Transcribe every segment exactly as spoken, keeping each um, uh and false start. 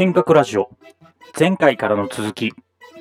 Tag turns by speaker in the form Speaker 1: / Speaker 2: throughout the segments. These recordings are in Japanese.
Speaker 1: 変革ラジオ前回からの続き。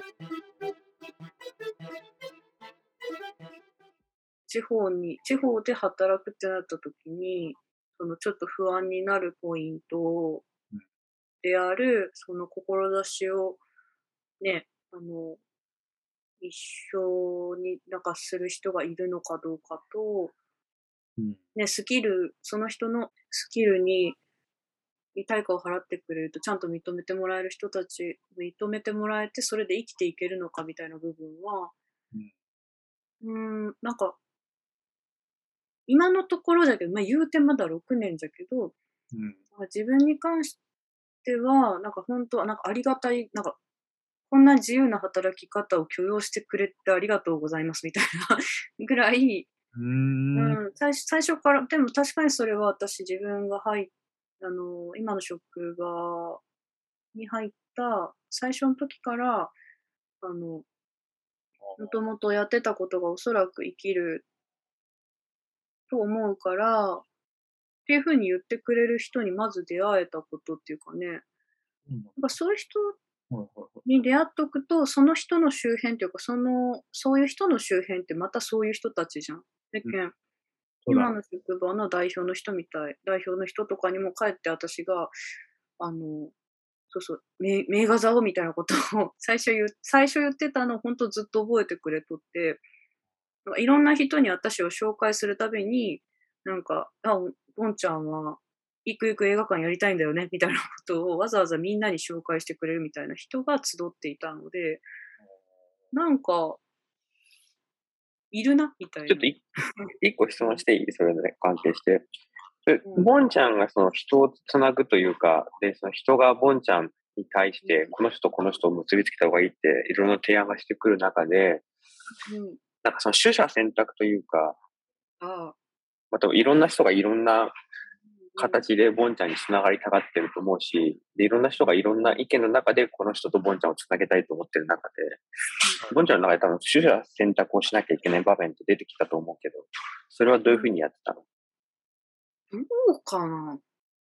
Speaker 2: 地方に地方で働くってなった時に、そのちょっと不安になるポイントである、その志をね、あの、一緒になんかする人がいるのかどうかと、
Speaker 1: うん
Speaker 2: ね、スキル、その人のスキルにに対価を払ってくれると、ちゃんと認めてもらえる人たち、認めてもらえて、それで生きていけるのかみたいな部分は、うーん、なんか、今のところだけど、ま、言うてまだろくねんじゃけど、
Speaker 1: うん
Speaker 2: ま、自分に関しては、なんかほんとはなんかありがたい、なんか、こんな自由な働き方を許容してくれてありがとうございますみたいなぐらい、
Speaker 1: うーん
Speaker 2: うん、さい最初から、でも確かにそれは私自分がはいあの、今の職場に入った最初の時から、あの、もともとやってたことがおそらく生きると思うからっていう風に言ってくれる人にまず出会えたことっていうかね、
Speaker 1: うん
Speaker 2: なんかそういう人
Speaker 1: はいはいはい
Speaker 2: に出会っとくと、その人の周辺っていうか、その、そういう人の周辺ってまたそういう人たちじゃん。で
Speaker 1: うん
Speaker 2: けん、
Speaker 1: そうだね。
Speaker 2: 今の職場の代表の人みたい代表の人とかにも帰って私が、あの、そうそう、め名画座をみたいなことを最初言う最初言ってたのをほんとずっと覚えてくれとって、なんかいろんな人に私を紹介するたびに、なんか、あ、おボンちゃんは、ゆくゆく映画館やりたいんだよねみたいなことをわざわざみんなに紹介してくれるみたいな人が集っていたので、なんか、いるなみたいな。
Speaker 3: ちょっとい一個質問していい？それで関係して。それ
Speaker 2: うん。
Speaker 3: ボンちゃんがその人をつなぐというか、で、その人がボンちゃんに対して、この人とこの人を結びつけた方がいいって、いろいろな提案がしてくる中で、
Speaker 2: うん。
Speaker 3: なんかその取捨選択というか、
Speaker 2: ああ。
Speaker 3: またいろんな人がいろんな
Speaker 2: うん。
Speaker 3: 形でボンちゃんにつながりたがってると思うし、で、いろんな人がいろんな意見の中でこの人とボンちゃんをつなげたいと思ってる中で、ボンちゃんの中で多分取捨選択をしなきゃいけない場面って出てきたと思うけど、それはどういうふうにやってたの？
Speaker 2: どうかな。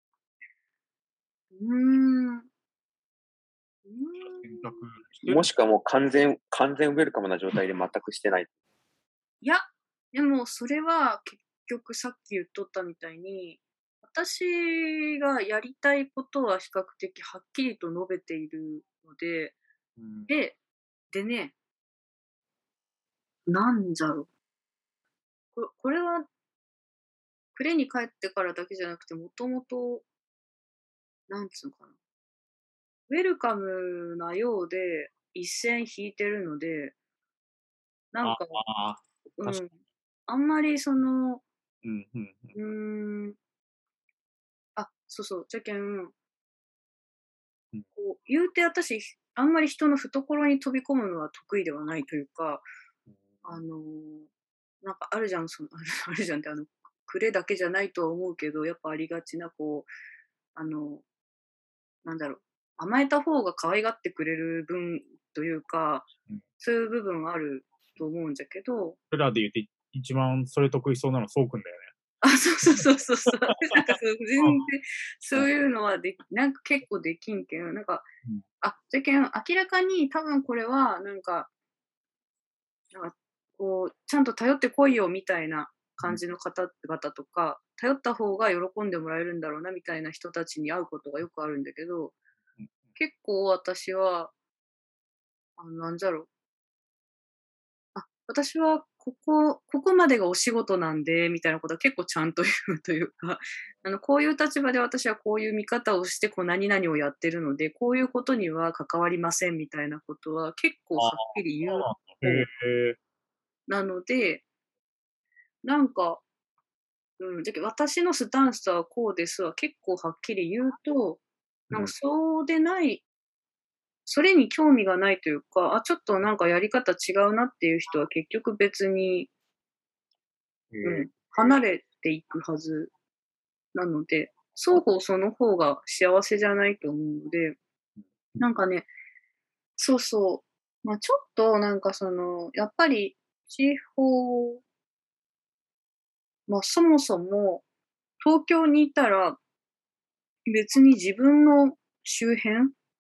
Speaker 2: うーん。うーん。
Speaker 1: 選択して
Speaker 3: もしくはもう完全、完全ウェルカムな状態で全くしてない。
Speaker 2: いや、でもそれは結局さっき言っとったみたいに、私がやりたいことは比較的はっきりと述べているので、
Speaker 1: うん
Speaker 2: で、でね、なんだろう。ここれは呉に帰ってからだけじゃなくて、もともと、なんつうのかな、ウェルカムなようで一線引いてるので、なん
Speaker 1: あ
Speaker 2: か、
Speaker 1: あ確か
Speaker 2: うん、あんまりその、
Speaker 1: うんうん
Speaker 2: うーん、あ、そうそう、じゃけん、
Speaker 1: うん
Speaker 2: こう、言うて私、あんまり人の懐に飛び込むのは得意ではないというか、あの、なんかあるじゃん、その、あるじゃんって、あの、呉だけじゃないとは思うけど、やっぱありがちな、こう、あの、なんだろう、甘えた方が可愛がってくれる分というか、
Speaker 1: うん
Speaker 2: そういう部分はあると思うんじゃけど、
Speaker 1: 俺らで言って一番それ得意そうなのそうくんだよね。
Speaker 2: あ、そうそうそうそうそう。なんかそう、全然、
Speaker 1: うん
Speaker 2: そういうのはできなんか結構できんけん、なんか、
Speaker 1: うん
Speaker 2: あ、じゃけん、明らかに多分これは、なんか、なんか、こう、ちゃんと頼ってこいよみたいな感じの方々とか、頼った方が喜んでもらえるんだろうなみたいな人たちに会うことがよくあるんだけど、
Speaker 1: うん
Speaker 2: 結構私は、あの、なんじゃろう、あ、私はここここまでがお仕事なんで、みたいなことは結構ちゃんと言うというか、あの、こういう立場で私はこういう見方をして、こう何々をやってるので、こういうことには関わりませんみたいなことは結構はっきり言う
Speaker 1: あ
Speaker 2: 方
Speaker 1: へえ。
Speaker 2: なので、なんか、うん、じゃけ私のスタンスはこうですは結構はっきり言うと、なんか
Speaker 1: うん
Speaker 2: そうでないそれに興味がないというか、あ、ちょっとなんかやり方違うなっていう人は結局別に、
Speaker 1: へえ。
Speaker 2: うん、離れていくはずなので、双方その方が幸せじゃないと思うので、なんかね、そうそう、ま、ちょっとなんかその、やっぱり地方、ま、そもそも東京にいたら、別に自分の周辺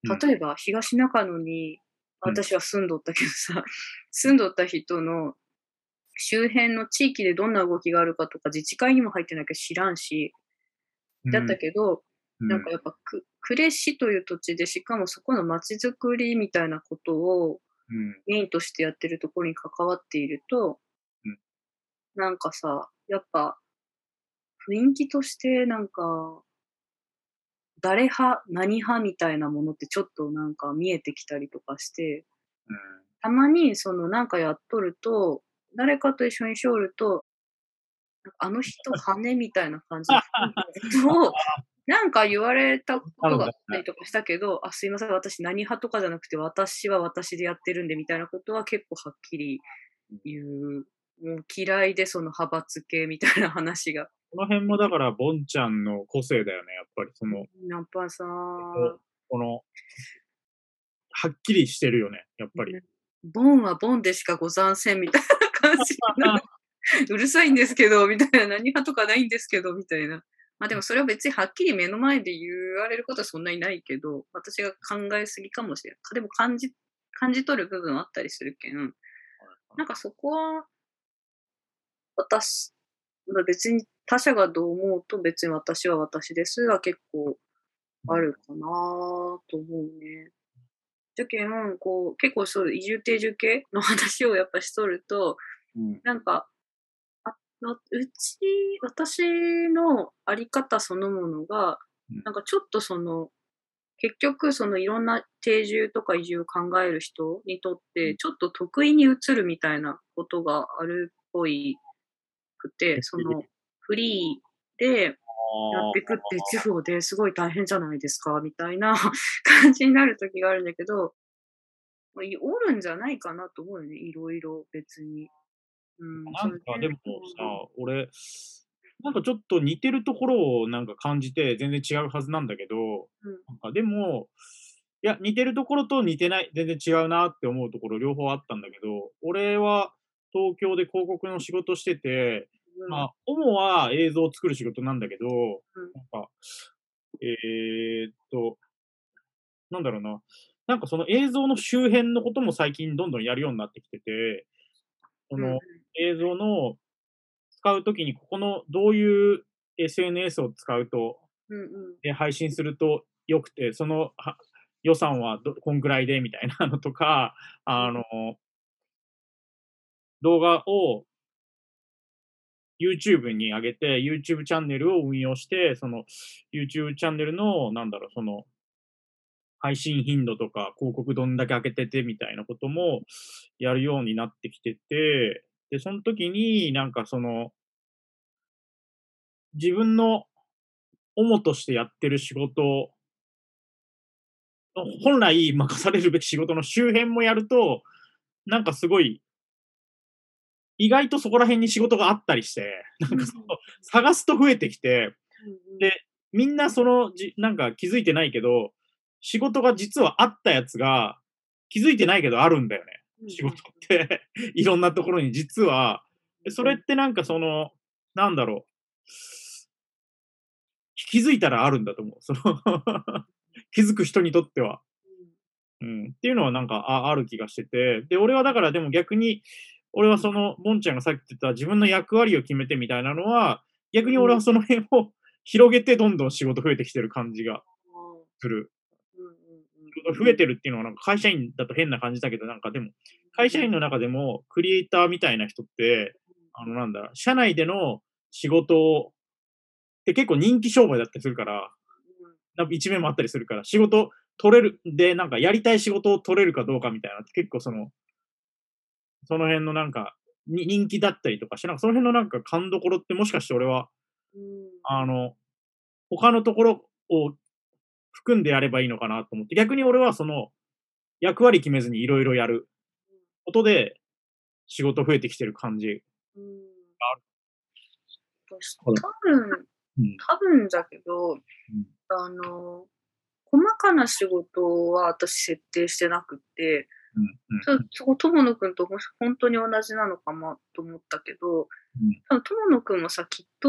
Speaker 1: うん。
Speaker 2: 例えば東中野に
Speaker 1: うん。
Speaker 2: 私は住んどったけどさ、住んどった人の周辺の地域でどんな動きがあるかとか、自治会にも入ってなきゃ知らんし、だった
Speaker 1: うん。
Speaker 2: けど、なんか
Speaker 1: うん。
Speaker 2: やっぱ、く呉市という土地で、しかもそこの街づくりみたいなことを
Speaker 1: うん。
Speaker 2: メインとしてやってるところに関わっていると、
Speaker 1: うん。
Speaker 2: なんかさ、やっぱ雰囲気としてなんか、誰派、何派みたいなものってちょっとなんか見えてきたりとかして、
Speaker 1: うん。
Speaker 2: たまにそのなんかやっとると、誰かと一緒にしおると、なんかあの人派ねみたいな感じのことを、なんか言われたことがあっ
Speaker 1: あるんだね。
Speaker 2: たりとかしたけど、あ、すいません、私何派とかじゃなくて、私は私でやってるんでみたいなことは結構はっきり
Speaker 1: うん。
Speaker 2: 言う。もう嫌いで、その派閥系みたいな話が。
Speaker 1: この辺もだから、ボンちゃんの個性だよね、やっぱりそ
Speaker 2: うん、
Speaker 1: の、
Speaker 2: やっぱさ、
Speaker 1: ここの、はっきりしてるよね、やっぱり。
Speaker 2: ね、ボンはボンでしかござんせんみたいな感じなの。うるさいんですけど、みたいな、何派とかないんですけど、みたいな。ま、でもそれは別にはっきり目の前で言われることはそんなにないけど、私が考えすぎかもしれん。かでも感じ感じ取る部分はあったりするけん、なんかそこは、私ま、別に他者がどう思うと別に私は私ですは結構
Speaker 1: うん。
Speaker 2: あるかなと思うね。じゃけん、こう、結構そう移住定住系の話をやっぱしとると、
Speaker 1: うん。
Speaker 2: なんか、あ、わうち私のあり方そのものが、
Speaker 1: うん。
Speaker 2: なんかちょっとその、結局そのいろんな定住とか移住を考える人にとって、
Speaker 1: うん。
Speaker 2: ちょっと得意に移るみたいなことがあるっぽいくて、そのフリーでやってくって地
Speaker 1: ああ。
Speaker 2: 方ですごい大変じゃないですかみたいな感じになる時があるんだけど、ま、いおるんじゃないかなと思うよね、いろいろ別に。うん、その
Speaker 1: なんかでもさ、
Speaker 2: うん。
Speaker 1: 俺、なんかちょっと似てるところをなんか感じて、全然違うはずなんだけど、
Speaker 2: うん。
Speaker 1: なんかでも、いや、似てるところと似てない、全然違うなって思うところ両方あったんだけど、俺は東京で広告の仕事してて、
Speaker 2: うん。
Speaker 1: まあ、主は映像を作る仕事なんだけど、
Speaker 2: うん。
Speaker 1: なんか、えーっと、なんだろうな、なんかその映像の周辺のことも最近どんどんやるようになってきてて、そ
Speaker 2: うんうん。
Speaker 1: の映像の使うときにここのどういう エスエヌエス を使うと、
Speaker 2: うんうん。
Speaker 1: で、配信すると良くて、そのは予算はどこんぐらいでみたいなのとか、
Speaker 2: うん。
Speaker 1: あの、動画を YouTube に上げて、YouTube チャンネルを運用して、その YouTube チャンネルの、なんだろう、その配信頻度とか、広告どんだけ開けててみたいなこともやるようになってきてて、で、その時になんかその、自分の主としてやってる仕事本来任されるべき仕事の周辺もやると、なんかすごい、意外とそこら辺に仕事があったりして、なん
Speaker 2: うんうん。
Speaker 1: かその、探すと増えてきて、
Speaker 2: うんうん。
Speaker 1: で、みんなその、じなんか気づいてないけど、仕事が実はあったやつが、気づいてないけどあるんだよね。
Speaker 2: うん
Speaker 1: 仕事って。いろんなところに実は。そ
Speaker 2: うん。
Speaker 1: れってなんかその、なんだろう、気づいたらあるんだと思う。その気づく人にとっては。うん、っていうのはなんか、あある気がしてて、で、俺はだからでも逆に、俺はその、ボンちゃんがさっき言った自分の役割を決めてみたいなのは、逆に
Speaker 2: うん。うん。
Speaker 1: 俺はその辺を広げてどんどん仕事増えてきてる感じが
Speaker 2: ああ。
Speaker 1: する。
Speaker 2: うんうんうん。
Speaker 1: 仕事増えてるっていうのはなんか会社員だと変な感じだけど、なんかでも、会社員の中でもクリエイターみたいな人って、あのなんだ、社内での仕事って結構人気商売だったりするから、
Speaker 2: うん。
Speaker 1: なんか一面もあったりするから、仕事取れるで、なんかやりたい仕事を取れるかどうかみたいな、結構そのその辺のなんか、に人気だったりとかして、なんかその辺のなんか勘どころってもしかして俺は、
Speaker 2: うん。
Speaker 1: あの、他のところを含んでやればいいのかなと思って、逆に俺はその、役割決めずにいろいろやることで、仕事増えてきてる感じ
Speaker 2: うん。
Speaker 1: がある。
Speaker 2: 私、
Speaker 1: そうだ。
Speaker 2: 多分
Speaker 1: うん。
Speaker 2: 多分だけど、
Speaker 1: うん。
Speaker 2: あの、細かな仕事は私設定してなくって、
Speaker 1: うん、うん
Speaker 2: そそこ友野くんともしほんとに同じなのかなと思ったけど、
Speaker 1: うん、
Speaker 2: 多分友野くんもさ、きっと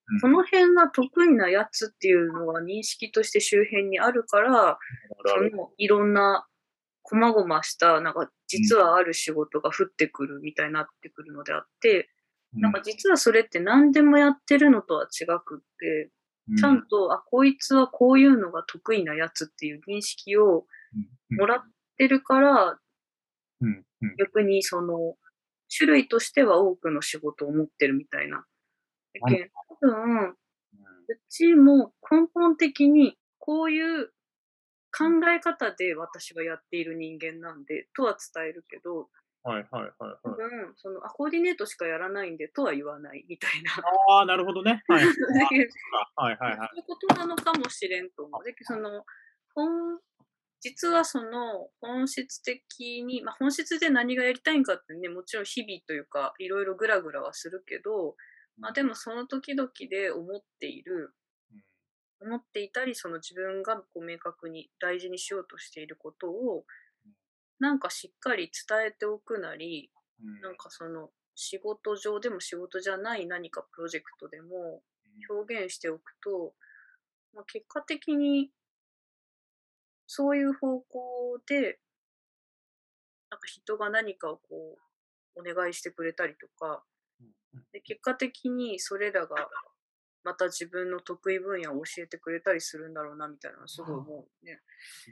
Speaker 2: この辺が得意なやつっていうのが認識として周辺にあるから、
Speaker 1: あ
Speaker 2: そ
Speaker 1: る。
Speaker 2: のいろんな細々した、なんか実はある仕事が降ってくるみたいになってくるのであって、
Speaker 1: うん
Speaker 2: なんか実はそれって何でもやってるのとは違くって、
Speaker 1: うん
Speaker 2: ちゃんと、あ、こいつはこういうのが得意なやつっていう認識を
Speaker 1: うん
Speaker 2: もらってるから、
Speaker 1: うんうん
Speaker 2: 逆にその、種類としては多くの仕事を持ってるみたいな。だけん多分、うちも根本的にこういう考え方で私はやっている人間なんで、とは伝えるけど、
Speaker 1: はいはいはい
Speaker 2: 多
Speaker 1: はい。
Speaker 2: 分、その、あ、コーディネートしかやらないんでとは言わないみたいな。
Speaker 1: ああ、なるほどね。はい。
Speaker 2: だけど
Speaker 1: はいはいはい。
Speaker 2: そういうことなのかもしれんと思う。だけどその、本実はその本質的に、まあ、本質で何がやりたいんかってね、もちろん日々というか、いろいろグラグラはするけど、まあ、でもその時々で思っている思っていたり、その自分がこう明確に大事にしようとしていることを、なんかしっかり伝えておくなり、
Speaker 1: うん
Speaker 2: なんかその仕事上でも仕事じゃない何かプロジェクトでも表現しておくと、まあ、結果的にそういう方向で、なんか人が何かをこうお願いしてくれたりとか、で結果的にそれらがまた自分の得意分野を教えてくれたりするんだろうなみたいなのすごい思うね。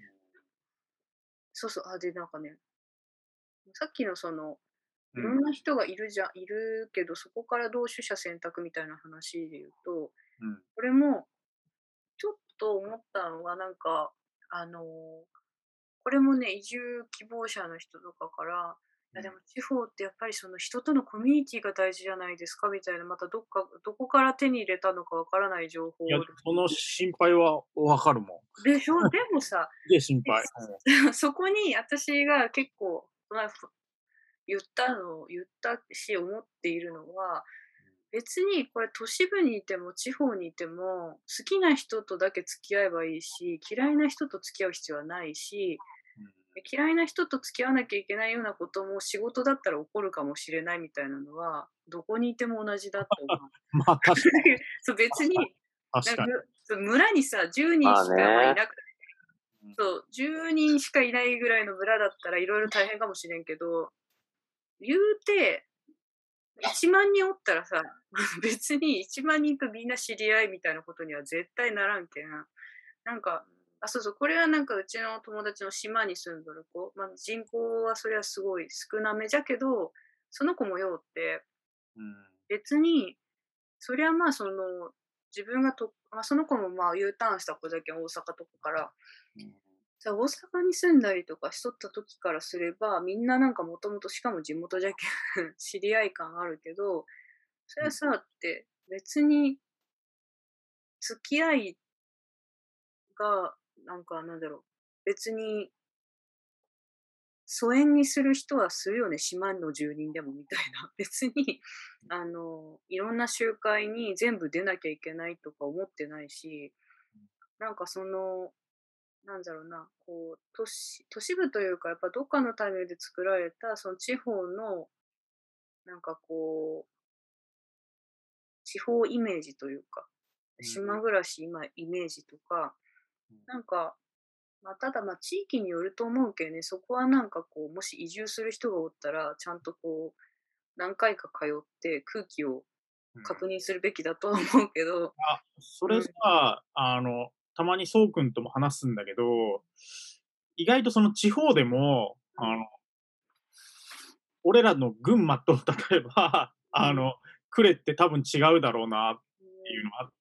Speaker 2: そうそう、あ、で、なんかね、さっきのその、いろんな人がいるじゃいるけど、そこからどう取捨選択みたいな話で言うと、
Speaker 1: うん
Speaker 2: これもちょっと思ったのが、なんか、あの、これもね、移住希望者の人とかから、いやでも地方ってやっぱりその人とのコミュニティが大事じゃないですかみたいな、またどっか、どこから手に入れたのかわからない情報
Speaker 1: いや、
Speaker 2: を。
Speaker 1: その心配はわかるもん。
Speaker 2: でしょでもさ、
Speaker 1: すげえ心配。
Speaker 2: そこに私が結構、まあ言ったの言ったし、思っているのは、別にこれ都市部にいても地方にいても、好きな人とだけ付き合えばいいし、嫌いな人と付き合う必要はないし、嫌いな人と付き合わなきゃいけないようなことも仕事だったら起こるかもしれないみたいなのは、どこにいても同じだと思う。
Speaker 1: まあ確かに。
Speaker 2: そう別に、
Speaker 1: 確かに。
Speaker 2: なんかそう村にさ、じゅうにん
Speaker 3: まあ
Speaker 2: しかまあい
Speaker 3: ね。
Speaker 2: なくそう、じゅうにんしかいないぐらいの村だったらいろいろ大変かもしれんけど、言うて、いちまん人おったらさ、別にいちまん人とみんな知り合いみたいなことには絶対ならんけん。なんか、あ、そうそう、これはなんかうちの友達の島に住んどる子、まあ、人口はそれはすごい少なめじゃけど、その子もようって、
Speaker 1: うん
Speaker 2: 別に、そりゃまあその、自分がと、まあ、その子もまあ U ターンした子だけん大阪とかから、じゃあ大阪に住んだりとかしとった時からすれば、みんななんかもともとしかも地元じゃけん知り合い感あるけど、それはさって別に付き合いが、なんかなんだろう、別に疎遠にする人はするよね、島の住人でもみたいな。別に、あの、いろんな集会に全部出なきゃいけないとか思ってないし、なんかその、なんだろうな、こう、都市都市部というか、やっぱどっかのタイミングで作られた、その地方の、なんかこう、地方イメージというか、島暮らし今イメージとか、なんか、まあ、ただまあ地域によると思うけどね、そこはなんかこう、もし移住する人がおったら、ちゃんとこう、何回か通って空気を確認するべきだとは思うけど、
Speaker 1: あ、それさ、あの、たまにそうくんとも話すんだけど、意外とその地方でも、あの、俺らの群馬と例えば、あの、くれって多分違うだろうなっていうのがあって、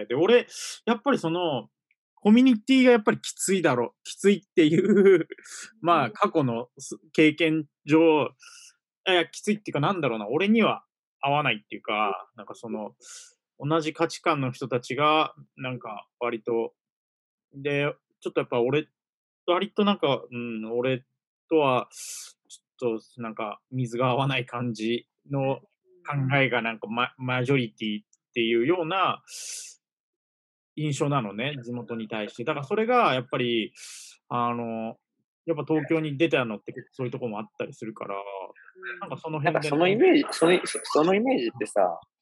Speaker 1: で、俺、やっぱりその、コミュニティがやっぱりきついだろきついっていうまあ、過去のす経験上、いや、きついっていうか、なんだろうな、俺には合わないっていうか、なんかその、同じ価値観の人たちが、なんか割と、で、ちょっとやっぱ俺、割となんか、うん、俺とは、ちょっとなんか水が合わない感じの考えがなんかママジョリティっていうような印象なのね、地元に対して。だからそれがやっぱり、あの、やっぱ東京に出たのって結構そういうとこもあったりするから、なんかその
Speaker 3: なんか
Speaker 1: 辺でね、
Speaker 3: そのイメージ、そのそのイメージってさ、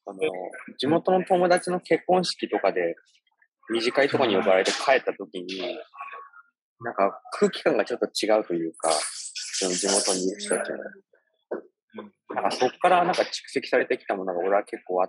Speaker 3: あの、地元の友達の結婚式とかで、二次会とかに呼ばれて帰った時に、なんか空気感がちょっと違うというか、その地元にいる人たちの。なんかそこからなんか蓄積されてきたものが俺は結構あって、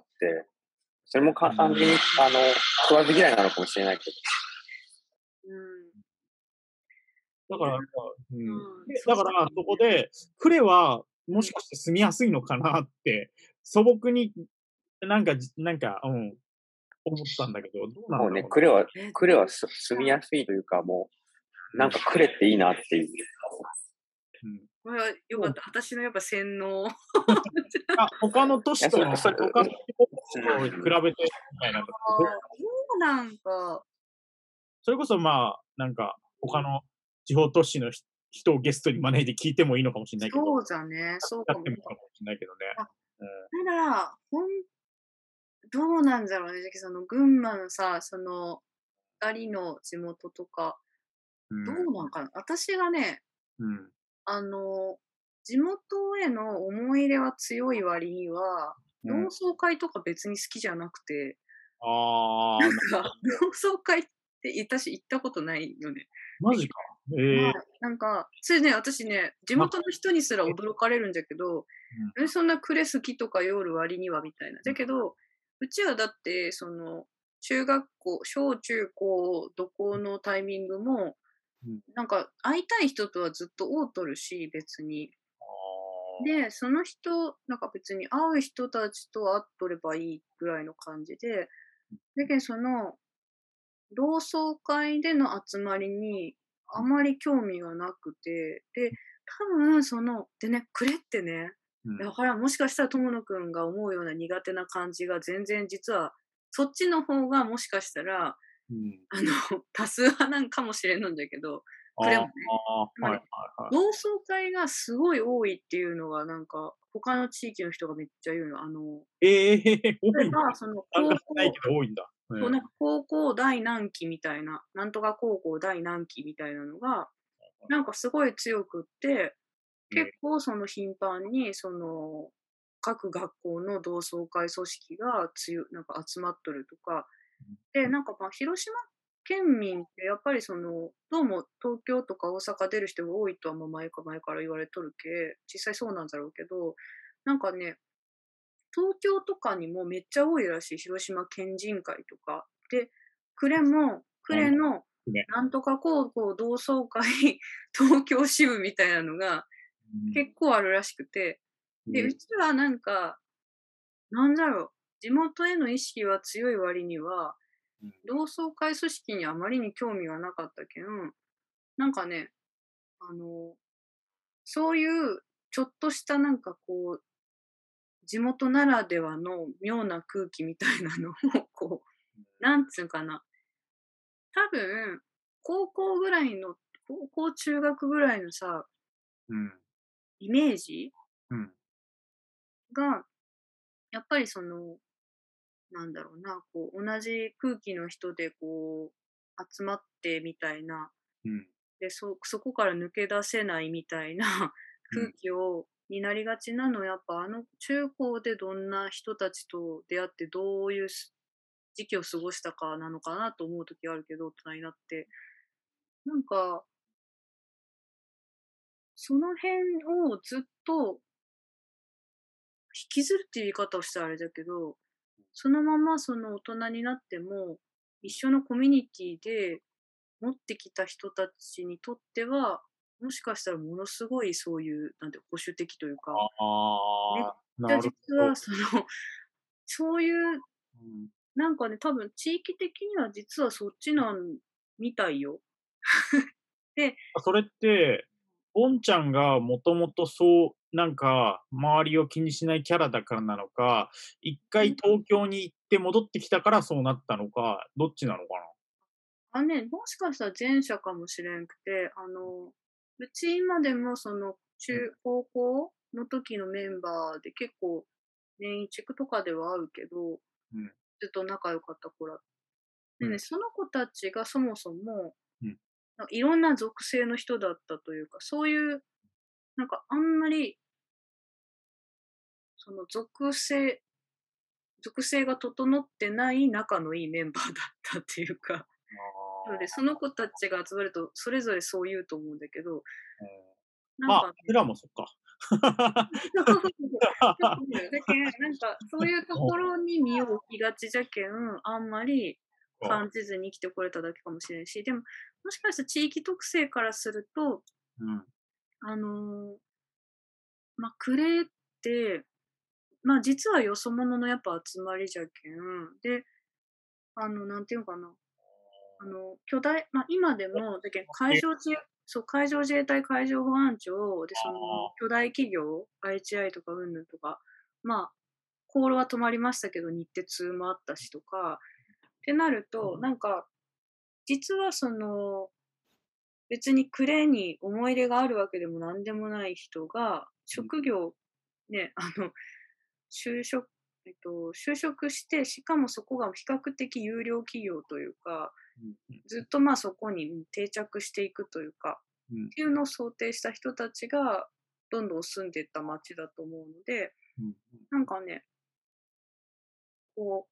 Speaker 3: それも簡単に、あの、食わず嫌いなのかもしれないけど。
Speaker 2: うん。
Speaker 1: だからなんか、うん。
Speaker 2: うん。
Speaker 1: で、
Speaker 2: そうそう。
Speaker 1: だからそこで、呉は
Speaker 2: うん。
Speaker 1: もしかして住みやすいのかなって素朴になんか、じなんか、うん、思ったんだけど、どうなん
Speaker 3: もうね、
Speaker 1: だろうね。
Speaker 3: 呉は、
Speaker 2: え、
Speaker 3: 呉はす住みやすいというか、もう、なんか呉っていいなっていう。
Speaker 1: うん。
Speaker 2: これはよかった。私のやっぱ洗脳。
Speaker 1: あ、他の都
Speaker 3: いや、
Speaker 1: 市との、
Speaker 3: それそれ、
Speaker 1: 他の地方都市と
Speaker 3: うん、
Speaker 1: 比べてみたいなのって、
Speaker 2: ああ、
Speaker 1: ど
Speaker 2: そうなんか。
Speaker 1: それこそ、まあ、なんか、
Speaker 2: うん。
Speaker 1: 他の地方都市のひ人をゲストに招いて聞いてもいいのかもしんないけど、
Speaker 2: そうだね、そう
Speaker 1: や
Speaker 2: かも。なんか、
Speaker 1: ってもいいのかもしんないけどね。
Speaker 2: あ、
Speaker 1: うん。
Speaker 2: ただ、ほんどうなんだろうね、じゃけその群馬のさ、そのふたりの地元とか、ど
Speaker 1: うん。
Speaker 2: うなんかな。私がね、
Speaker 1: うん。
Speaker 2: あの、地元への思い入れは強い割には、同
Speaker 1: うん。
Speaker 2: 窓会とか別に好きじゃなくて、
Speaker 1: ああ、なる
Speaker 2: なんか、
Speaker 1: ほど。
Speaker 2: 同窓会って私行ったことないよね。で、
Speaker 1: マジか。ええ、
Speaker 2: はい、なんか、それね、私ね、地
Speaker 1: なんか、
Speaker 2: 元の人にすら驚かれるんじゃけど、
Speaker 1: うん。
Speaker 2: え、そんな暮れ好きとか夜割にはみたいな。
Speaker 1: うん。
Speaker 2: だけど、うちはだって、その、中学校、小中高、どこのタイミングも、
Speaker 1: うん。
Speaker 2: なんか会いたい人とはずっと会うとるし、別に。
Speaker 1: ああ。
Speaker 2: で、その人、なんか別に会う人たちと会っとればいいぐらいの感じで、だけどその、同窓会での集まりに
Speaker 1: うん。
Speaker 2: あまり興味がなくて、で、多分その、でね、くれってね、
Speaker 1: うん。
Speaker 2: だからもしかしたら友野くんが思うような苦手な感じが全然実は、そっちの方がもしかしたら、
Speaker 1: うん。
Speaker 2: あの、多数派なんかもしれんのんだけど、
Speaker 1: ああ、
Speaker 2: くれもね。
Speaker 1: はいはい
Speaker 2: つまり、
Speaker 1: はい。
Speaker 2: 同窓会がすごい多いっていうのがなんか、他の地域の人がめっちゃ言うの。あの、
Speaker 1: ええ、多いんだ。
Speaker 2: 例えば、その
Speaker 1: 参加
Speaker 2: 高校
Speaker 1: してないけど多いんだ。え
Speaker 2: そう、なん
Speaker 1: え。
Speaker 2: か高校第何期みたいな、なんとか高校第何期みたいなのが、なんかすごい強くって、
Speaker 1: ええ、
Speaker 2: 結構その頻繁にその、各学校の同窓会組織がつよなんか集まっとるとか、で、なんか、ま、広島県民ってやっぱりその、どうも東京とか大阪出る人が多いとは、ま、前か前から言われとるけ、実際そうなんだろうけど、なんかね、東京とかにもめっちゃ多いらしい、広島県人会とか。で、呉も
Speaker 1: なる
Speaker 2: 呉の
Speaker 1: ほどね。
Speaker 2: なんとか高校同窓会東京支部みたいなのが
Speaker 1: うん。
Speaker 2: 結構あるらしくて、で、う
Speaker 1: ええ、
Speaker 2: ちはなんか、なんだろう、地元への意識は強い割には、
Speaker 1: うん。
Speaker 2: 同窓会組織にあまりに興味がなかったけん、なんかね、あの、そういうちょっとしたなんかこう、地元ならではの妙な空気みたいなのをこう、なんつうんかな、多分、高校ぐらいの高校中学ぐらいのさ、
Speaker 1: うん。
Speaker 2: イメージ
Speaker 1: うん。
Speaker 2: が、やっぱりその、なんだろうな、こう同じ空気の人でこう、集まってみたいな、
Speaker 1: うん。
Speaker 2: で、そそこから抜け出せないみたいな空
Speaker 1: うん。
Speaker 2: 気をになりがちなの、やっぱあの中高でどんな人たちと出会って、どういうす時期を過ごしたかなのかなと思う時があるけど、大人になって。なんか、その辺をずっと引きずるっていう言い方をしたらあれだけど、そのままその大人になっても、一緒のコミュニティで持ってきた人たちにとっては、もしかしたらものすごいそういう、なんていう保守的というか、めっ
Speaker 1: ああ、
Speaker 2: ちゃ
Speaker 1: なる
Speaker 2: 実
Speaker 1: ほど。
Speaker 2: はその、そういう
Speaker 1: うん。
Speaker 2: なんかね、多分地域的には実はそっちなんみたいよ。で、
Speaker 1: あ、それって、ボンちゃんがもともとそう、なんか、周りを気にしないキャラだからなのか、一回東京に行って戻ってきたからそうなったのか、どっちなのかな？
Speaker 2: あ、ね、もしかしたら前者かもしれんくて、あの、うち今でもその、中
Speaker 1: うん、
Speaker 2: 高校の時のメンバーで結構年一とかではあるけど、
Speaker 1: うん、
Speaker 2: ずっと仲良かった子ら。でね、
Speaker 1: うん、
Speaker 2: その子たちがそもそも、
Speaker 1: うん。
Speaker 2: なんかいろんな属性の人だったというか、そういう、なんかあんまり、その属性属性が整ってない仲のいいメンバーだったっていうか、
Speaker 1: あ
Speaker 2: なので、そ
Speaker 1: あ、
Speaker 2: の子たちが集まると、それぞれそう言うと思うんだけど、
Speaker 1: うん。まあ、
Speaker 2: なんかね、
Speaker 1: 俺らもそっか。
Speaker 2: そうそうそうそう。だけだけん、なんかそういうところに身を置きがちじゃけん、あんまり感じずに生きてこれただけかもしれんし、でも、もしかしたら地域特性からすると、
Speaker 1: うん。
Speaker 2: あの、ま、クレーって、ま、実はよそ者のやっぱ集まりじゃけん、で、あの、なんていうのかな、あの、巨大ま、今でも、だけん海上自衛そう、海上自衛隊海上保安庁で、その、巨大企業、アイエイチアイ とかうんぬんとか、まあ、航路は止まりましたけど、日鉄もあったしとか、ってなると、なんか、実はその、別にクレーに思い入れがあるわけでもなんでもない人が、
Speaker 1: うん
Speaker 2: 職業ね、あの、就職えっと、就職して、しかもそこが比較的優良企業というか、
Speaker 1: うんうん
Speaker 2: ずっと、ま、そこに定着していくというか、
Speaker 1: うん。
Speaker 2: っていうのを想定した人たちが、どんどん住んでいった街だと思うので、
Speaker 1: うんうん
Speaker 2: なんかね、こ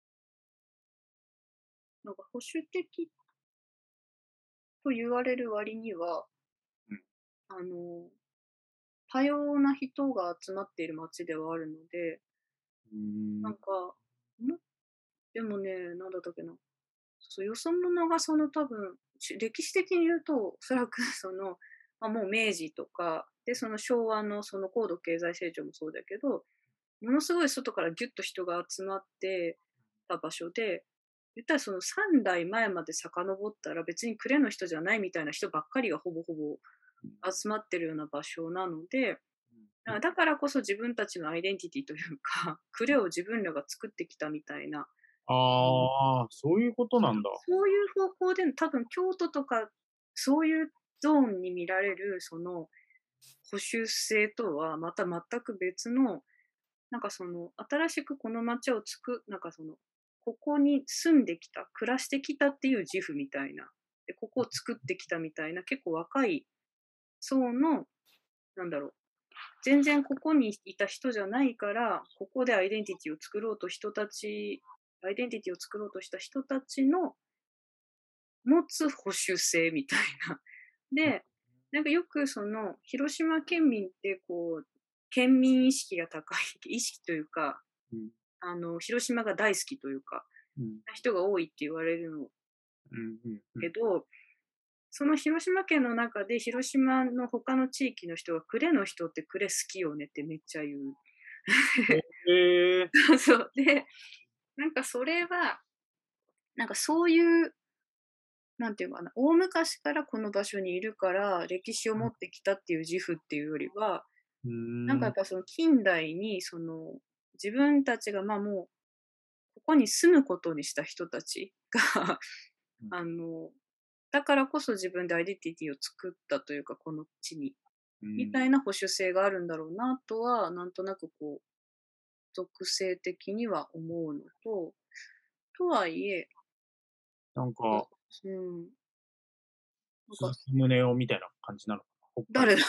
Speaker 2: う、なんか保守的と言われる割には、
Speaker 1: うん。
Speaker 2: あの、多様な人が集まっている街ではあるので、
Speaker 1: うーん。
Speaker 2: なんか、もでもね、なんだったっけな、そう、よそ者がその多分、し歴史的に言うと、おそらくその、まあ、もう明治とか、で、その昭和のその高度経済成長もそうだけど、ものすごい外からギュッと人が集まってた場所で、言ったらそのさんだいまえまで遡ったら別に呉の人じゃないみたいな人ばっかりがほぼほぼ
Speaker 1: うん
Speaker 2: 集まってるような場所なので、
Speaker 1: うん。
Speaker 2: あ、だからこそ自分たちのアイデンティティというか、呉を自分らが作ってきたみたいな、あの、
Speaker 1: ああ、そういうことなんだ。
Speaker 2: そういう方向での多分京都とか、そういうゾーンに見られるその保守性とはまた全く別の、なんかその新しくこの街をつくなんかその、ここに住んできた、暮らしてきたっていう自負みたいな、で、ここを作ってきたみたいな、結構若い層の、なんだろう、全然ここにいた人じゃないから、ここでアイデンティティを作ろうと人たちアイデンティティを作ろうとした人たちの持つ保守性みたいな。で、なんかよくその、広島県民ってこう、県民意識が高い、意識というか、
Speaker 1: うん。
Speaker 2: あの、広島が大好きというか、
Speaker 1: うん。
Speaker 2: な人が多いって言われるの
Speaker 1: うんうんうん。
Speaker 2: けど、その広島県の中で広島の他の地域の人が呉の人って呉好きよねってめっちゃ言う。
Speaker 1: へえ。
Speaker 2: そう。で、なんかそれは、なんかそういう、なんていうのかな、大昔からこの場所にいるから、歴史を持ってきたっていう自負っていうよりは、
Speaker 1: うーん。
Speaker 2: なんかやっぱその近代にその、自分たちがまあもう、ここに住むことにした人たちが、
Speaker 1: うん。
Speaker 2: あの、だからこそ自分でアイデンティティを作ったというか、この地に、
Speaker 1: うん。
Speaker 2: みたいな保守性があるんだろうなとは、なんとなくこう、属性的には思うのと、とはいえ、こ
Speaker 1: なんか、
Speaker 2: ううん、なんか、
Speaker 1: 鈴木宗男みたいな感じなのかな、北海
Speaker 2: 誰だ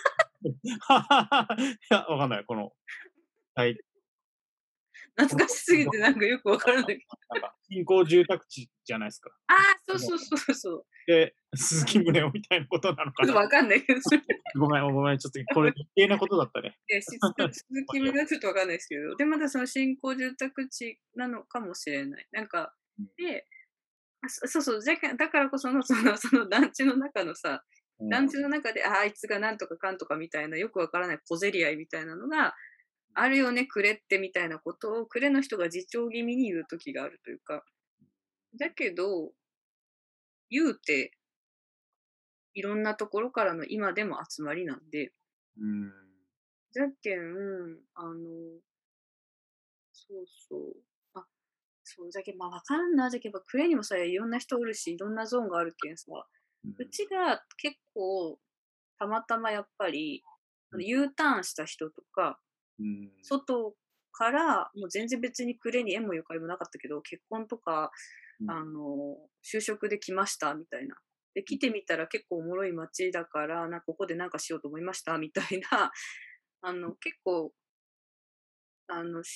Speaker 1: いや、わかんない。この、はい、この、
Speaker 2: 懐かしすぎてなんかよくわからない。
Speaker 1: なんか、新興住宅地じゃないすか。
Speaker 2: ああ、そう
Speaker 1: あの、
Speaker 2: そうそうそう。
Speaker 1: で、鈴木
Speaker 2: あの、
Speaker 1: 宗男みたいなことなのかな。
Speaker 2: ちょっとわかんないけど、それ。
Speaker 1: ごめん、ごめん、ちょっとこれ余計なことだったね。
Speaker 2: え、しつ鈴木みはちょっとわかんないですけど、で、まだその新興住宅地なのかもしれない。なんか、
Speaker 1: うん。
Speaker 2: で、あ、そそうそう、じゃかだからこその、そのその団地の中のさ、
Speaker 1: うん。
Speaker 2: 団地の中で、あ、あいつがなんとかかんとかみたいな、よくわからない小競り合いみたいなのがあるよね、くれってみたいなことを、くれの人が自重気味に言う時があるというか。だけど、言うて、いろんなところからの今でも集まりなんで、
Speaker 1: うん。
Speaker 2: じゃけん、あの、そうそう。あ、そう、じゃけん、ま、わからんな、じゃけん、やっぱクレにもさ、いろんな人おるし、いろんなゾーンがあるけんさ、
Speaker 1: うん。
Speaker 2: うちが結構、たまたまやっぱり、あの、
Speaker 1: うん。
Speaker 2: U ターンした人とか、
Speaker 1: うん。
Speaker 2: 外からもう全然別にクレに縁もゆかりもなかったけど、結婚とか、
Speaker 1: うん。
Speaker 2: あの、就職で来ましたみたいな。で、来てみたら結構おもろい街だから、なんかここでなんかしようと思いましたみたいな、あの、結構、あの、出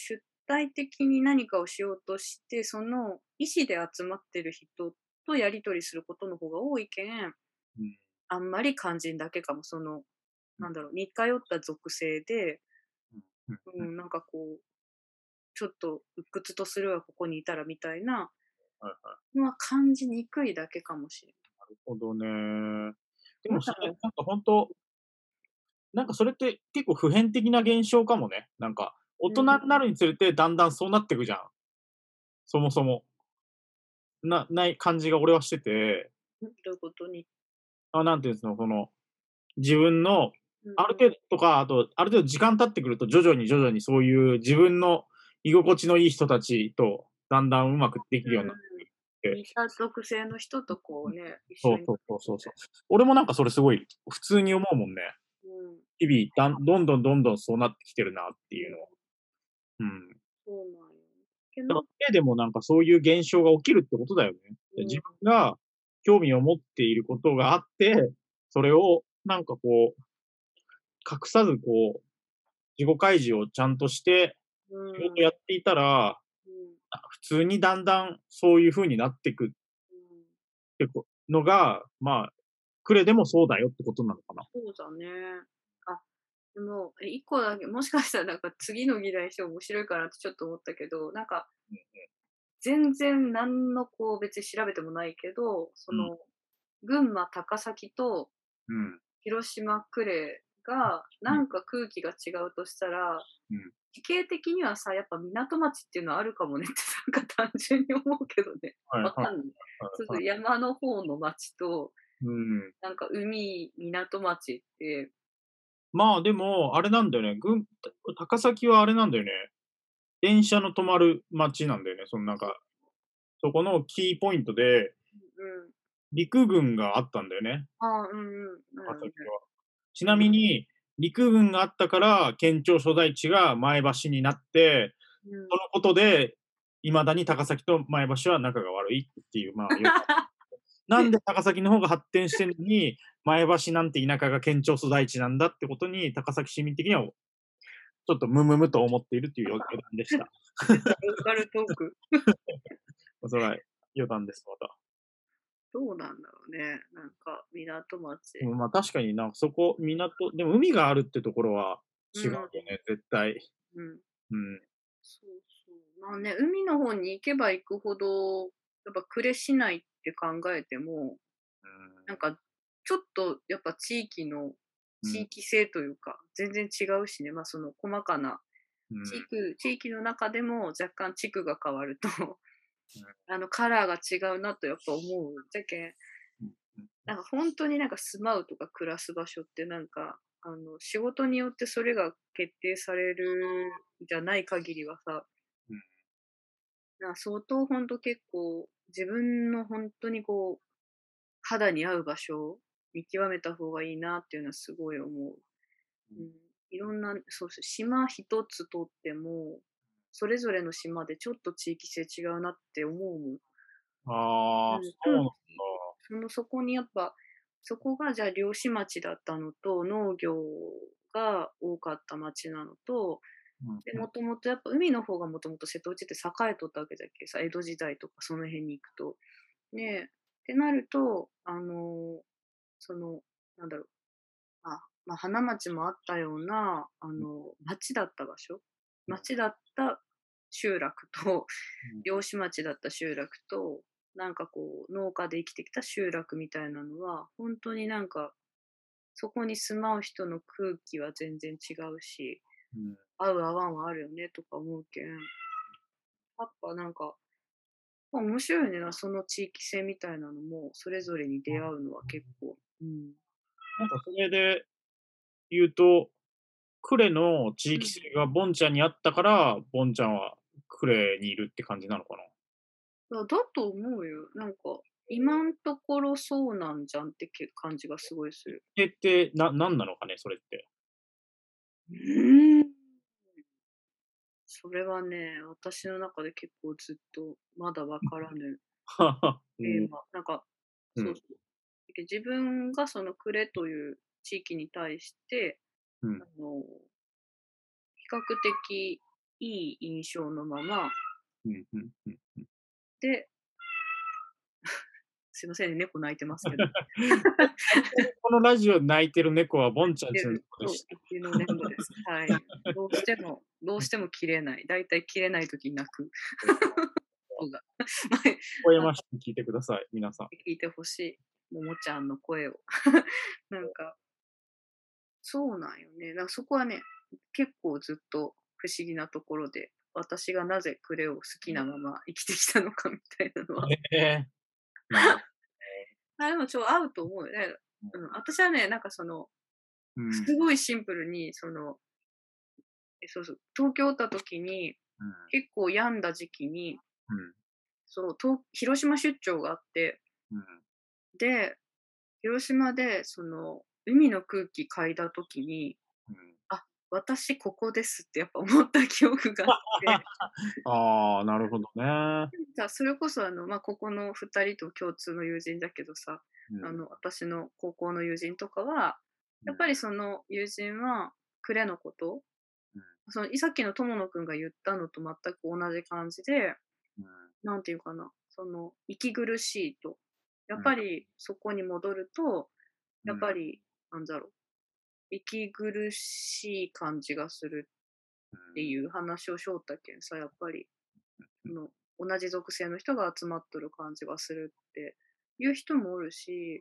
Speaker 2: 体的に何かをしようとして、その意思で集まってる人とやり取りすることの方が多いけん、
Speaker 1: うん。
Speaker 2: あんまり肝心だけかも。その、
Speaker 1: うん。
Speaker 2: なんだろう、似通った属性で、
Speaker 1: うん。うん。うん。
Speaker 2: うん、なんかこう、ちょっと鬱屈とするわ、ここにいたらみたいな
Speaker 1: はいはい。
Speaker 2: のは感じにくいだけかもしれ
Speaker 1: なるほどね。で
Speaker 2: ない。
Speaker 1: もそれ、
Speaker 2: だから
Speaker 1: なんかほんとなんかそれって結構普遍的な現象かもね。なんか、大人
Speaker 2: うん、
Speaker 1: になるにつれてだんだんそうなってくじゃん。そもそも。なない感じが俺はしてて、
Speaker 2: どういうことに
Speaker 1: あ、なんていうんすの、その、自分の
Speaker 2: うんうん。
Speaker 1: ある程度とか、あと、ある程度時間経ってくると徐々に徐々にそういう自分の居心地のいい人たちとだんだんうまくできるようになっ
Speaker 2: うんうん。
Speaker 1: てきて、
Speaker 2: 似た属性の人とこうね、一緒に
Speaker 1: そうそうそうそうそう。俺もなんかそれすごい普通に思うもんね。
Speaker 2: うん、
Speaker 1: 日々、だんどんどんどんどんそうなってきてるなって
Speaker 2: うん、
Speaker 1: いうのは。うん。
Speaker 2: そうなんよ。け
Speaker 1: だか
Speaker 2: ど
Speaker 1: ら、でもなんかそういう現象が起きるってことだよね。で、自
Speaker 2: うん、
Speaker 1: 分が興味を持っていることがあって、それをなんかこう、隠さずこう、自己開示をちゃんとして
Speaker 2: うん、
Speaker 1: 仕事
Speaker 2: うん、
Speaker 1: やっていたら、
Speaker 2: うん、
Speaker 1: あ、普通にだんだんそういう風になってくってこのが、まあ、クレでもそうだよってことなのかな。
Speaker 2: そうだね。あ、でも、え、いっこだけ、もしかしたらなんか次の議題して面白いかなってちょっと思ったけど、なんか、全然なんのこう別に調べてもないけど、そ
Speaker 1: うん、
Speaker 2: の、群馬高崎と
Speaker 1: うん、
Speaker 2: 広島呉が、
Speaker 1: うん、
Speaker 2: なんか空気が違うとしたら、
Speaker 1: うん。
Speaker 2: 地形的にはさ、やっぱ港町っていうのはあるかもねってなんか単純に思うけどね。
Speaker 1: はいはいはい
Speaker 2: わかんない。そうそう、
Speaker 1: はい。
Speaker 2: 山の方の町と、
Speaker 1: うん。
Speaker 2: なんか海、港町って、
Speaker 1: まあ、でも、あれなんだよね、ぐんた高崎はあれなんだよね、電車の止まる街なんだよね。そのなん
Speaker 2: そう、
Speaker 1: か、そこのキーポイントで、
Speaker 2: うんうん。
Speaker 1: 陸軍があったんだよね、
Speaker 2: ああ、うんうん。だよね。
Speaker 1: 高崎は。ち
Speaker 2: うん、
Speaker 1: なみに、陸軍があったから、県庁所在地が前橋になって、
Speaker 2: うん。
Speaker 1: そのことで、未だに高崎と前橋は仲が悪いっていう、まあ、よなんで高崎の方が発展してんのに、前橋なんて田舎が県庁所在地なんだってことに、高崎市民的にはちょっとムムムと思っているという余談でした。
Speaker 2: 出た、ローカルトーク。
Speaker 1: ま、それは余談です、また。
Speaker 2: どうなんだろうね。なんか港町。
Speaker 1: うん、ま、確かになんかそこ、港でも海があるってところは違うよ
Speaker 2: うん、
Speaker 1: ね、絶対。
Speaker 2: うん。
Speaker 1: うん。
Speaker 2: そうそう。まあね、海の方に行けば行くほど、やっぱ呉市内って考えても、
Speaker 1: う
Speaker 2: なんかちょっとやっぱ地域の
Speaker 1: ん、うん、
Speaker 2: 地域性というか、全然違うしね、ま、その細かな
Speaker 1: うん、
Speaker 2: 地域地域の中でも若干地区が変わると、
Speaker 1: うん、
Speaker 2: あのカラーが違うなとやっぱ思う。じゃけん、
Speaker 1: うん、うん。
Speaker 2: なんか本当になんか住まうとか暮らす場所ってなんか、あの、仕事によってそれが決定されるじゃない限りはさ、な、相当ほんと結構、自分のほんとにこう、肌に合う場所を見極めた方がいいなっていうのはすごい思う。うん。いろんな、そうそう、島一つとっても、それぞれの島でちょっと地域性違うなって思うもん。
Speaker 1: ああ、
Speaker 2: うん、
Speaker 1: そうなんだ。
Speaker 2: 空気、そのそこにやっぱ、そこがじゃあ漁師町だったのと、農業が多かった町なのと、
Speaker 1: うん、
Speaker 2: で、
Speaker 1: うん、
Speaker 2: もともとやっぱ海の方がもともと瀬戸内って栄えとったわけじゃっけさ、江戸時代とかその辺に行くと。ね、ってなると、あの、その、なんだろう、あ、まあ、花町もあったような、あの、町だった場所、
Speaker 1: うん、
Speaker 2: 町だった集落と、
Speaker 1: うん。
Speaker 2: 漁師町だった集落と、なんかこう、農家で生きてきた集落みたいなのは、ほんとになんか、そこに住まう人の空気は全然違うし、
Speaker 1: うん。
Speaker 2: 合う合わんはあるよねとか思うけん、やっぱなんか、ま、面白いよね、な、その地域性みたいなのも、それぞれに出会うのは結構、うん。
Speaker 1: なんかそれで言うと、呉の地
Speaker 2: うん。
Speaker 1: 域性がボンちゃんにあったから、ボンちゃんは呉にいるって感じなのかな？
Speaker 2: だだと思うよ。なんか、今んところそうなんじゃんってけ感じがすごいする。
Speaker 1: えって、ななんなのかね、それって。
Speaker 2: うーん。それはね、私の中で結構ずっとまだわからぬ
Speaker 1: うん、
Speaker 2: テーマ。なんか、
Speaker 1: うん、
Speaker 2: そうそう。で、自分がその呉という地域に対して、
Speaker 1: うん、
Speaker 2: あの、比較的いい印象のまま、
Speaker 1: うんうんうんうん。
Speaker 2: で、すいませんね、猫鳴いてますけど。
Speaker 1: このラジオ泣いてる猫はボンちゃんちの
Speaker 2: でるそう、
Speaker 1: 猫でした。
Speaker 2: うちの猫です。はい。どうしてもどうしても切れない。だいたい切れない時に泣く子が。はい。
Speaker 1: 声まして聞いてください、皆さん。
Speaker 2: 聞いてほしい。ももちゃんの声を。なんか、そうなんよね。なんかそこはね、結構ずっと不思議なところで、私がなぜクレを好きなまま生きてきたのかみたいなのは。
Speaker 1: ええ。なる
Speaker 2: あ、でもちょ合うと思うよね。うん、私はね、なんかその、
Speaker 1: うん。
Speaker 2: すごいシンプルに、その、え、そうそう、東京おった時に、
Speaker 1: うん。
Speaker 2: 結構病んだ時期に、
Speaker 1: うん。
Speaker 2: そう、とう広島出張があって、
Speaker 1: うん。
Speaker 2: で、広島でその、海の空気嗅いだ時に、
Speaker 1: うん。
Speaker 2: あ、私ここですってやっぱ思った記憶があって、
Speaker 1: ああ、なるほどね。
Speaker 2: さ、それこそあの、ま、ここのふたりと共通の友人だけどさ、
Speaker 1: うん。
Speaker 2: あの、私の高校の友人とかは、
Speaker 1: うん。
Speaker 2: やっぱりその友人は呉のこと
Speaker 1: うん。
Speaker 2: その、いさっきの友野くんが言ったのと全く同じ感じで、
Speaker 1: うん。
Speaker 2: なんていうかな、その、息苦しいと。やっ
Speaker 1: うん。
Speaker 2: ぱりそこに戻ると、やっぱり、なんだろう、息苦しい感じがするっていう話をしょうたけんさ、やっぱり、その、同じ属性の人が集まっとる感じがするっていう人もおるし、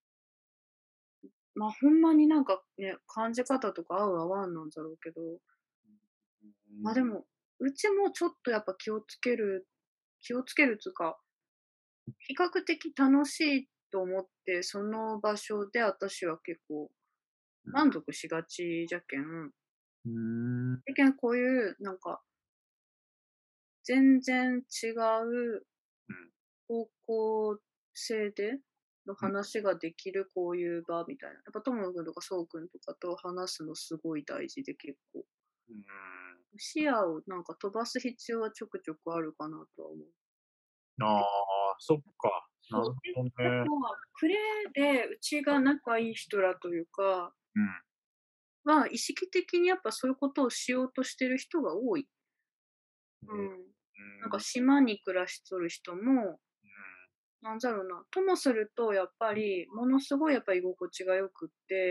Speaker 2: ま、ほんまになんかね、感じ方とか合う合わんなんじゃろうけど、ま、でも、うちもちょっとやっぱ気をつける気をつけるつうか、比較的楽しいと思って、その場所で私は結構満足しがちじゃけん。
Speaker 1: うん。うーん。
Speaker 2: やけんこういうなんか、全然違う
Speaker 1: うん。
Speaker 2: 方向性での
Speaker 1: うん。
Speaker 2: 話ができるこういう場みたいな。やっぱ友野くんとかそうくんとかと話すのすごい大事で結構。
Speaker 1: うーん。
Speaker 2: 視野をなんか飛ばす必要はちょくちょくあるかなとは思う。
Speaker 1: ああ、そっか。な
Speaker 2: そう、
Speaker 1: る
Speaker 2: で、
Speaker 1: ほど
Speaker 2: やっ
Speaker 1: ね。
Speaker 2: ぱ、クレでうちが仲いい人らというか
Speaker 1: うん。
Speaker 2: は、意識的にやっぱそういうことをしようとしてる人が多い。
Speaker 1: ええ、
Speaker 2: うん。なんか
Speaker 1: うん。
Speaker 2: 島に暮らしとる人も、
Speaker 1: うん。
Speaker 2: なんだろうな、ともするとやっぱり、ものすごいやっぱ居心地が良くって、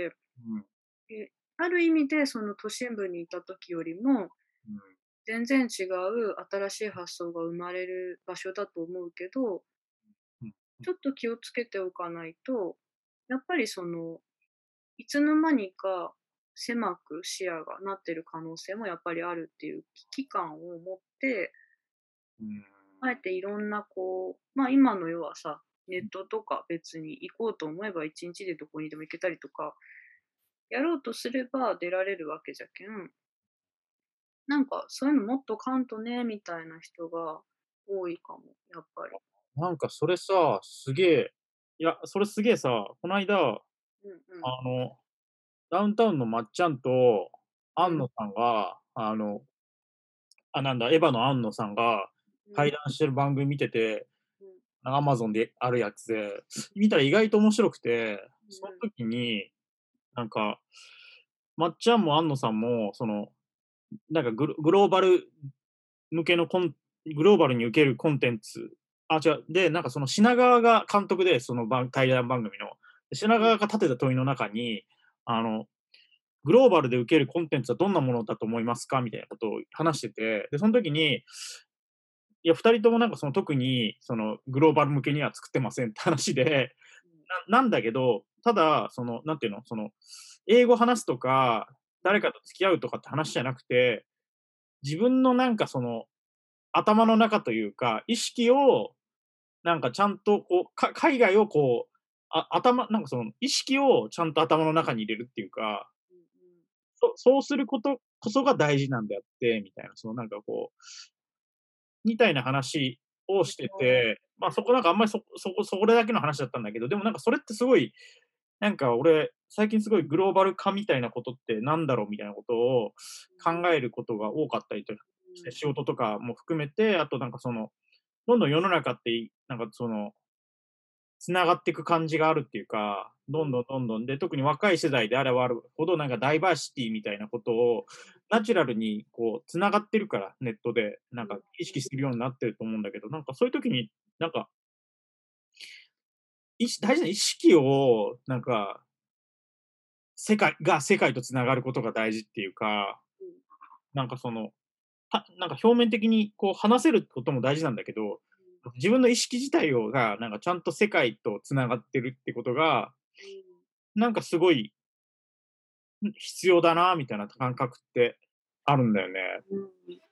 Speaker 1: うん。
Speaker 2: で、ある意味でその都心部にいた時よりも、
Speaker 1: うん。
Speaker 2: 全然違う新しい発想が生まれる場所だと思うけど、
Speaker 1: うん。
Speaker 2: ちょっと気をつけておかないと、やっぱりそのいつの間にか狭く視野がなってる可能性もやっぱりあるっていう危機感を持って、
Speaker 1: うん。
Speaker 2: あえていろんなこう、まあ今の世はさ、ネットとか別に行こうと思えばいちにちでどこにでも行けたりとか、やろうとすれば出られるわけじゃけん、なんかそういうのもっとかんとね、みたいな人が多いかも、やっぱり。
Speaker 1: なんかそれさ、すげえ、いや、それすげえさ、こないだ、あ
Speaker 2: うんうん。
Speaker 1: の、ダウンタウンのまっちゃんと
Speaker 2: うん。
Speaker 1: 安野さんが、あの、あ、なんだ、エヴァの安野さんが
Speaker 2: うん。
Speaker 1: 対談してる番組見てて、
Speaker 2: うん。
Speaker 1: アマゾンであるやつで、見たら意外と面白くて、その
Speaker 2: うん。
Speaker 1: 時に、なんか、まっちゃんも安野さんも、その、なんかグログローバル向けのコングローバルに受けるコンテンツ、あ、違う、で、なんかその品川が監督で、その番対談番組の。品川が立てた問いの中に、あの、グローバルで受けるコンテンツはどんなものだと思いますかみたいなことを話してて、で、その時に、いや、ふたりともなんかその特にそのグローバル向けには作ってませんって話で、ななんだけど、ただ、その、なんていうの、その、英語話すとか、
Speaker 2: うん。
Speaker 1: 誰かと付き合うとかって話じゃなくて、自分のなんかその、頭の中というか、意識をなんかちゃんとこう、か海外をこう、あ頭なんかその意識をちゃんと頭の中に入れるっていうか、
Speaker 2: うんうん。
Speaker 1: そそうすることこそが大事なんであって、みたいな、そのなんかこう、みたいな話をしてて、まあ、そこなんかあんまりそそこそれだけの話だったんだけど、でもなんかそれってすごい、なんか俺、最近すごいグローバル化みたいなことってなんだろうみたいなことを考えることが多かったりとして、仕事とかも含めて、あとなんかその、どんどん世の中って、なんかその、繋がっていく感じがあるっていうか、どんどんどんどん、で、特に若い世代であればあるほど、なんかダイバーシティみたいなことをナチュラルにこう繋がってるから、ネットで、なんか意識
Speaker 2: う
Speaker 1: するようになってると思うんだけど、なんかそういう時に、なんか、いし大事な意識を、なんか、世界が世界と繋がることが大事っていうか、
Speaker 2: ん。
Speaker 1: なんかその、たなんか表面的にこう話せることも大事なんだけど、自分の意識自体をが、なんかちゃんと世界と繋がってるってことが、
Speaker 2: うん。
Speaker 1: なんかすごい、ん、必要だなみたいな感覚ってあるんだよね。
Speaker 2: うん。